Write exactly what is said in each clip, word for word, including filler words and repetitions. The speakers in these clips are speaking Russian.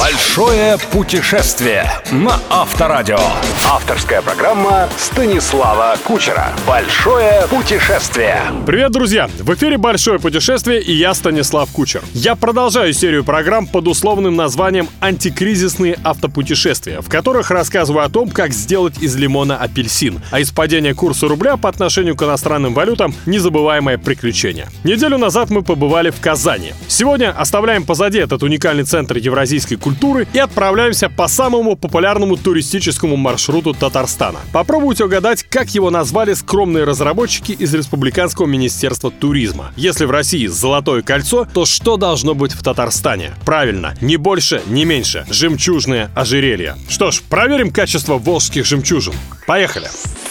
Большое путешествие на Авторадио. Авторская программа Станислава Кучера. Большое путешествие. Привет, друзья! В эфире «Большое путешествие» и я, Станислав Кучер. Я продолжаю серию программ под условным названием «Антикризисные автопутешествия», в которых рассказываю о том, как сделать из лимона апельсин, а из падения курса рубля по отношению к иностранным валютам незабываемое приключение. Неделю назад мы побывали в Казани. Сегодня оставляем позади этот уникальный центр евразийской культуры и отправляемся по самому популярному туристическому маршруту Татарстана. Попробуйте угадать, как его назвали скромные разработчики из Республиканского министерства туризма. Если в России золотое кольцо, то что должно быть в Татарстане? Правильно, ни больше, ни меньше. Жемчужное ожерелье. Что ж, проверим качество волжских жемчужин. Поехали!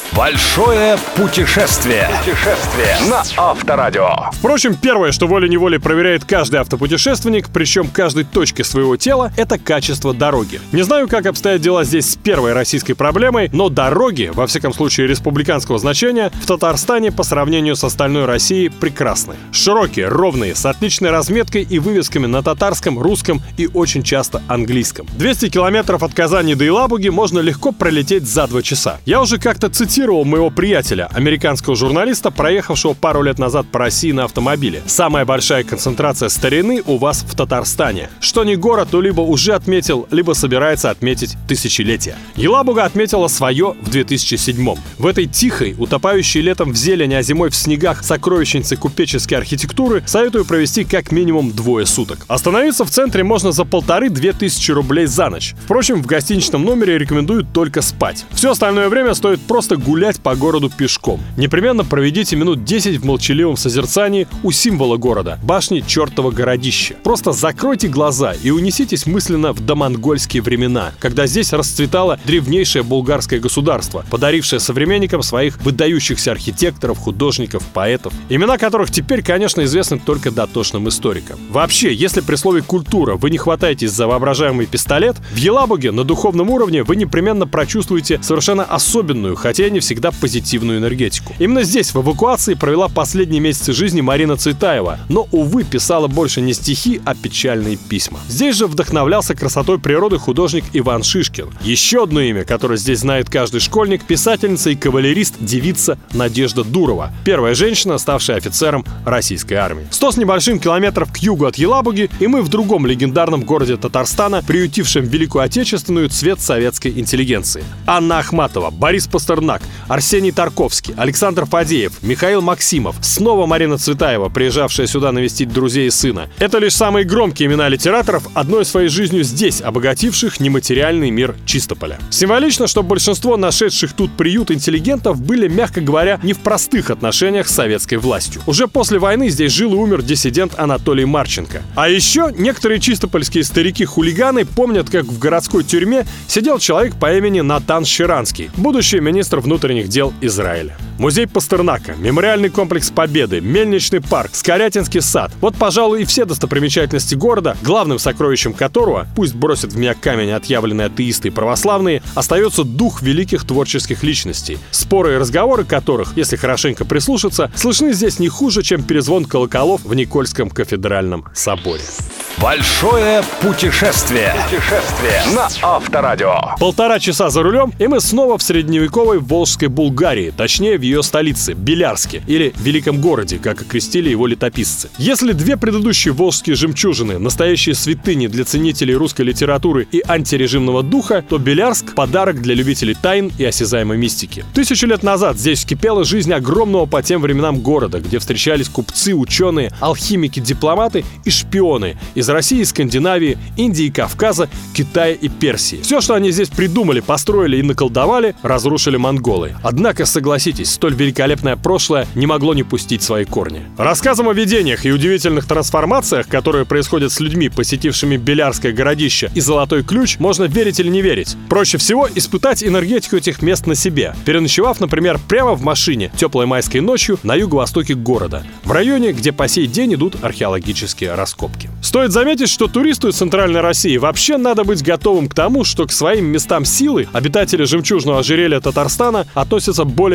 Большое путешествие. Путешествие на Авторадио. Впрочем, первое, что волей-неволей проверяет каждый автопутешественник, причем каждой точке своего тела, это качество дороги. Не знаю, как обстоят дела здесь с первой российской проблемой, но дороги, во всяком случае республиканского значения, в Татарстане по сравнению с остальной Россией прекрасны. Широкие, ровные, с отличной разметкой и вывесками на татарском, русском и очень часто английском. двести километров от Казани до Елабуги можно легко пролететь за два часа. Я уже как-то цитировал моего приятеля, американского журналиста, проехавшего пару лет назад по России на автомобиле. Самая большая концентрация старины у вас в Татарстане. Что ни город, то либо уже отметил, либо собирается отметить тысячелетие. Елабуга отметила свое в две тысячи седьмом. В этой тихой, утопающей летом в зелени, а зимой в снегах сокровищнице купеческой архитектуры советую провести как минимум двое суток. Остановиться в центре можно за полторы-две тысячи рублей за ночь. Впрочем, в гостиничном номере рекомендуют только спать. Все остальное время стоит просто гулять гулять по городу пешком. Непременно проведите минут десять в молчаливом созерцании у символа города — башни чертова городища. Просто закройте глаза и унеситесь мысленно в домонгольские времена, когда здесь расцветало древнейшее булгарское государство, подарившее современникам своих выдающихся архитекторов, художников, поэтов, имена которых теперь, конечно, известны только дотошным историкам. Вообще, если при слове «культура» вы не хватаетесь за воображаемый пистолет, в Елабуге на духовном уровне вы непременно прочувствуете совершенно особенную, хотя и не всегда позитивную энергетику. Именно здесь в эвакуации провела последние месяцы жизни Марина Цветаева, но, увы, писала больше не стихи, а печальные письма. Здесь же вдохновлялся красотой природы художник Иван Шишкин. Еще одно имя, которое здесь знает каждый школьник — писательница и кавалерист девица Надежда Дурова, первая женщина, ставшая офицером российской армии. Сто с небольшим километров к югу от Елабуги, и мы в другом легендарном городе Татарстана, приютившем Великую Отечественную, цвет советской интеллигенции. Анна Ахматова, Борис Пастернак, Арсений Тарковский, Александр Фадеев, Михаил Максимов, снова Марина Цветаева, приезжавшая сюда навестить друзей и сына. Это лишь самые громкие имена литераторов, одной своей жизнью здесь обогативших нематериальный мир Чистополя. Символично, что большинство нашедших тут приют интеллигентов были, мягко говоря, не в простых отношениях с советской властью. Уже после войны здесь жил и умер диссидент Анатолий Марченко. А еще некоторые чистопольские старики-хулиганы помнят, как в городской тюрьме сидел человек по имени Натан Щеранский, будущий министр внутренних дел Израиля. Музей Пастернака, мемориальный комплекс Победы, Мельничный парк, Скорятинский сад. Вот, пожалуй, и все достопримечательности города, главным сокровищем которого, пусть бросят в меня камень отъявленные атеисты и православные, остается дух великих творческих личностей, споры и разговоры которых, если хорошенько прислушаться, слышны здесь не хуже, чем перезвон колоколов в Никольском кафедральном соборе. Большое путешествие. Путешествие на Авторадио. Полтора часа за рулем, и мы снова в средневековой Волжской Булгарии, точнее в ее столице, Белярске, или Великом городе, как окрестили его летописцы. Если две предыдущие волжские жемчужины — настоящие святыни для ценителей русской литературы и антирежимного духа, то Белярск — подарок для любителей тайн и осязаемой мистики. Тысячу лет назад здесь кипела жизнь огромного по тем временам города, где встречались купцы, ученые, алхимики, дипломаты и шпионы из России, Скандинавии, Индии, Кавказа, Китая и Персии. Все, что они здесь придумали, построили и наколдовали, разрушили монголы. Однако, согласитесь, столь великолепное прошлое не могло не пустить свои корни. Рассказам о видениях и удивительных трансформациях, которые происходят с людьми, посетившими Белярское городище и Золотой ключ, можно верить или не верить. Проще всего испытать энергетику этих мест на себе, переночевав, например, прямо в машине теплой майской ночью на юго-востоке города, в районе, где по сей день идут археологические раскопки. Стоит заметить, что туристу из Центральной России вообще надо быть готовым к тому, что к своим местам силы обитатели жемчужного ожерелья Татарстана относятся более чем серьезно.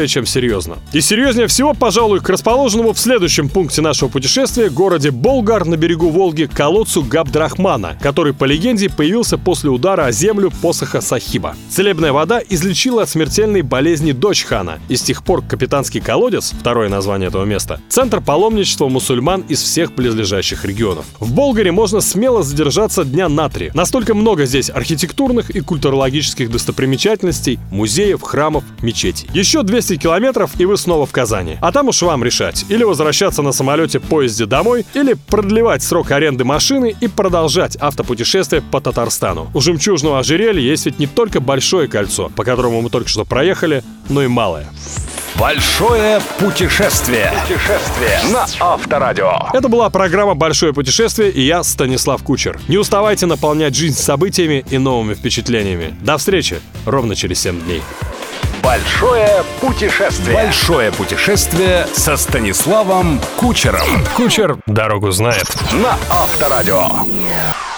серьезно. И серьезнее всего, пожалуй, к расположенному в следующем пункте нашего путешествия городе Болгар на берегу Волги колодцу Габдрахмана, который, по легенде, появился после удара о землю посоха Сахиба. Целебная вода излечила от смертельной болезни дочь хана, и с тех пор капитанский колодец, второе название этого места, центр паломничества мусульман из всех близлежащих регионов. В Болгаре можно смело задержаться дня на три. Настолько много здесь архитектурных и культурологических достопримечательностей, музеев, храмов, мечетей. Еще двести километров, и вы снова в Казани. А там уж вам решать: или возвращаться на самолете-поезде домой, или продлевать срок аренды машины и продолжать автопутешествие по Татарстану. У жемчужного ожерелья есть ведь не только большое кольцо, по которому мы только что проехали, но и малое. Большое путешествие. Путешествие на Авторадио. Это была программа «Большое путешествие», и я, Станислав Кучер. Не уставайте наполнять жизнь событиями и новыми впечатлениями. До встречи ровно через семь дней. Большое путешествие. Большое путешествие со Станиславом Кучером. Кучер дорогу знает. На Авторадио.